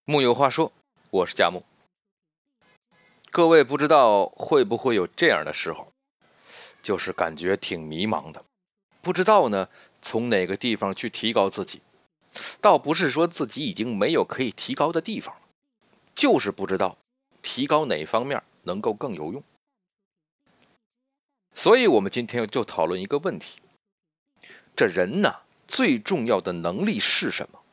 木有话说，我是佳木。各位不知道会不会有这样的时候，就是感觉挺迷茫的，不知道呢从哪个地方去提高自己。倒不是说自己已经没有可以提高的地方了，就是不知道提高哪方面能够更有用。所以我们今天就讨论一个问题：这人呢最重要的能力是什么？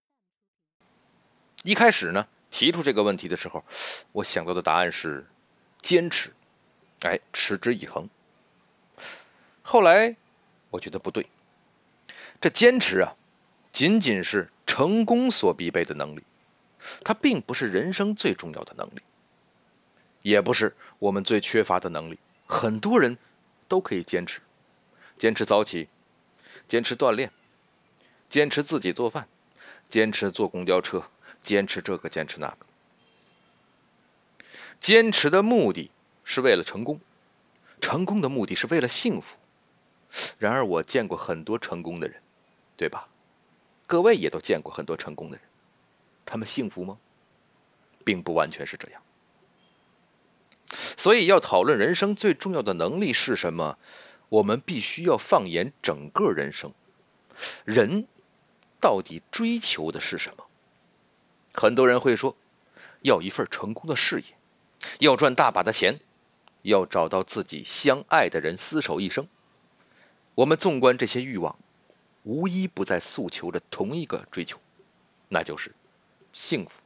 一开始呢提出这个问题的时候，我想到的答案是坚持，持之以恒。后来我觉得不对，这坚持啊仅仅是成功所必备的能力，它并不是人生最重要的能力，也不是我们最缺乏的能力。很多人都可以坚持，坚持早起，坚持锻炼，坚持自己做饭，坚持坐公交车，坚持这个坚持那个。坚持的目的是为了成功，成功的目的是为了幸福。然而我见过很多成功的人，对吧？各位也都见过很多成功的人，他们幸福吗？并不完全是这样。所以要讨论人生最重要的能力是什么，我们必须要放眼整个人生。人到底追求的是什么？很多人会说，要一份成功的事业，要赚大把的钱，要找到自己相爱的人厮守一生。我们纵观这些欲望，无一不在诉求着同一个追求，那就是幸福。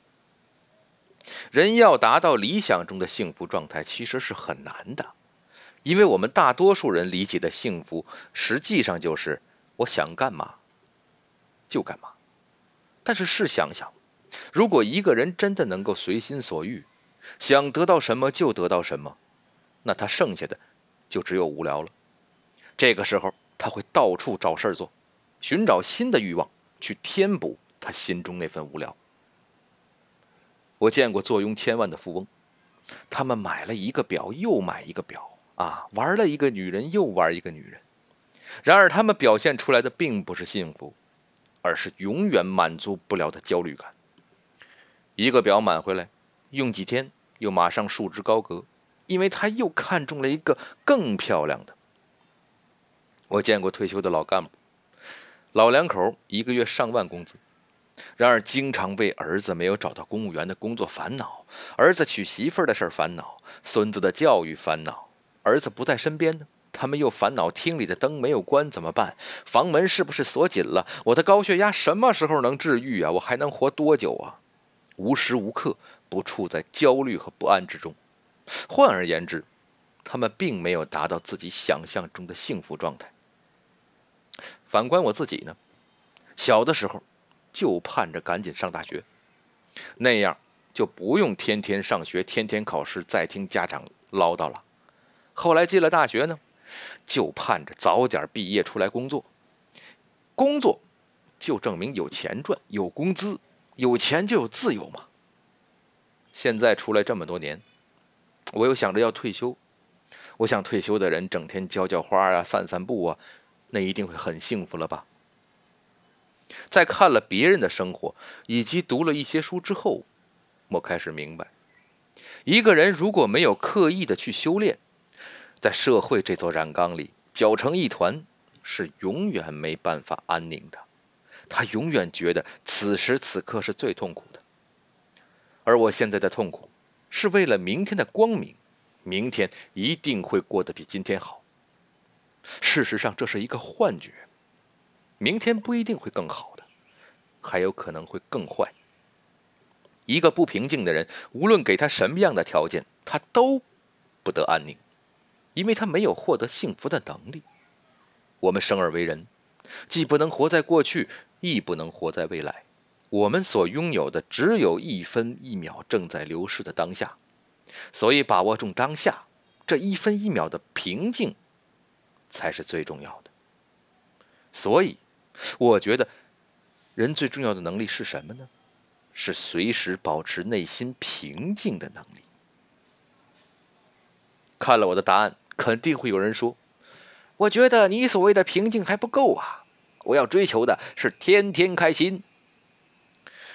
人要达到理想中的幸福状态其实是很难的，因为我们大多数人理解的幸福实际上就是我想干嘛就干嘛。但是试想想，如果一个人真的能够随心所欲，想得到什么就得到什么，那他剩下的就只有无聊了。这个时候他会到处找事儿做，寻找新的欲望去填补他心中那份无聊。我见过坐拥千万的富翁，他们买了一个表又买一个表玩了一个女人又玩一个女人。然而他们表现出来的并不是幸福，而是永远满足不了的焦虑感。一个表买回来用几天又马上束之高阁，因为他又看中了一个更漂亮的。我见过退休的老干部，老两口一个月上万工资，然而经常为儿子没有找到公务员的工作烦恼，儿子娶媳妇的事烦恼，孙子的教育烦恼。儿子不在身边呢，他们又烦恼厅里的灯没有关怎么办，房门是不是锁紧了，我的高血压什么时候能治愈啊，我还能活多久啊。无时无刻不处在焦虑和不安之中。换而言之，他们并没有达到自己想象中的幸福状态。反观我自己呢，小的时候就盼着赶紧上大学，那样就不用天天上学，天天考试，再听家长唠叨了。后来进了大学呢，就盼着早点毕业出来工作，工作就证明有钱赚，有工资，有钱就有自由嘛。现在出来这么多年，我又想着要退休。我想退休的人整天浇浇花散散步那一定会很幸福了吧。在看了别人的生活以及读了一些书之后，我开始明白，一个人如果没有刻意的去修炼，在社会这座染缸里搅成一团，是永远没办法安宁的。他永远觉得此时此刻是最痛苦的。而我现在的痛苦是为了明天的光明，明天一定会过得比今天好。事实上这是一个幻觉，明天不一定会更好的，还有可能会更坏。一个不平静的人，无论给他什么样的条件，他都不得安宁，因为他没有获得幸福的能力。我们生而为人，既不能活在过去，亦不能活在未来。我们所拥有的只有一分一秒正在流逝的当下，所以把握住当下，这一分一秒的平静才是最重要的。所以我觉得人最重要的能力是什么呢？是随时保持内心平静的能力。看了我的答案，肯定会有人说，我觉得你所谓的平静还不够啊，我要追求的是天天开心。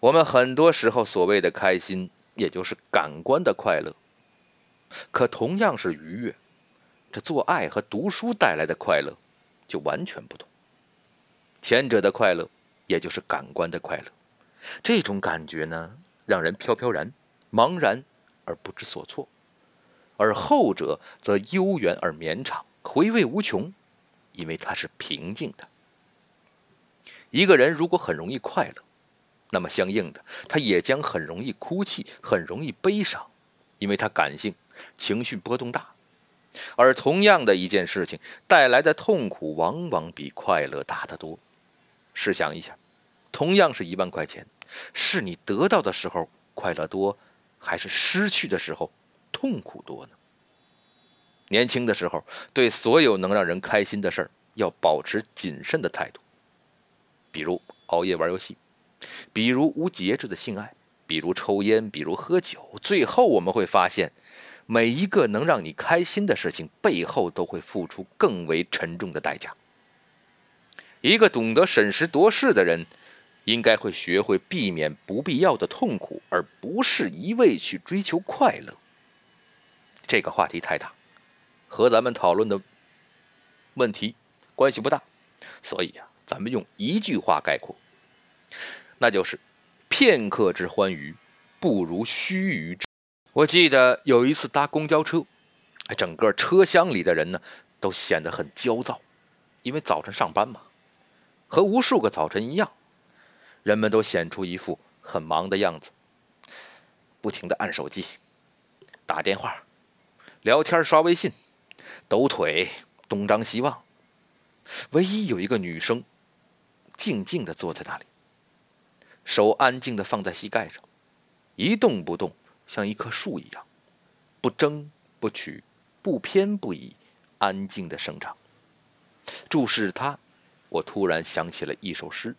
我们很多时候所谓的开心，也就是感官的快乐。可同样是愉悦，这做爱和读书带来的快乐就完全不同。前者的快乐，也就是感官的快乐，这种感觉呢，让人飘飘然、茫然而不知所措；而后者则悠远而绵长，回味无穷，因为它是平静的。一个人如果很容易快乐，那么相应的，他也将很容易哭泣，很容易悲伤，因为他感性，情绪波动大。而同样的一件事情带来的痛苦，往往比快乐大得多。试想一下，同样是1万块钱，是你得到的时候快乐多，还是失去的时候痛苦多呢？年轻的时候，对所有能让人开心的事儿要保持谨慎的态度，比如熬夜玩游戏，比如无节制的性爱，比如抽烟，比如喝酒。最后我们会发现，每一个能让你开心的事情背后都会付出更为沉重的代价。一个懂得审时度势的人，应该会学会避免不必要的痛苦，而不是一味去追求快乐。这个话题太大，和咱们讨论的问题关系不大，所以咱们用一句话概括，那就是片刻之欢愉，不如须臾之。我记得有一次搭公交车，整个车厢里的人呢，都显得很焦躁，因为早晨上班嘛，和无数个早晨一样，人们都显出一副很忙的样子，不停地按手机、打电话、聊天、刷微信、抖腿、东张西望。唯一有一个女生静静地坐在那里，手安静地放在膝盖上，一动不动，像一棵树一样，不争不取，不偏不倚，安静地生长。注视她，我突然想起了一首诗：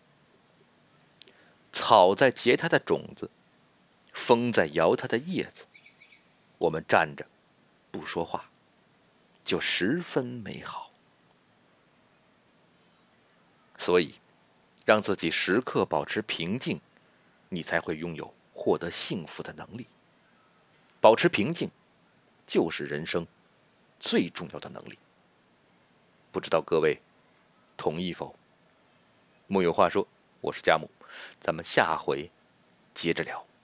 草在结它的种子，风在摇它的叶子，我们站着不说话，就十分美好。所以让自己时刻保持平静，你才会拥有获得幸福的能力。保持平静就是人生最重要的能力。不知道各位同意否？木有话说，我是佳木，咱们下回接着聊。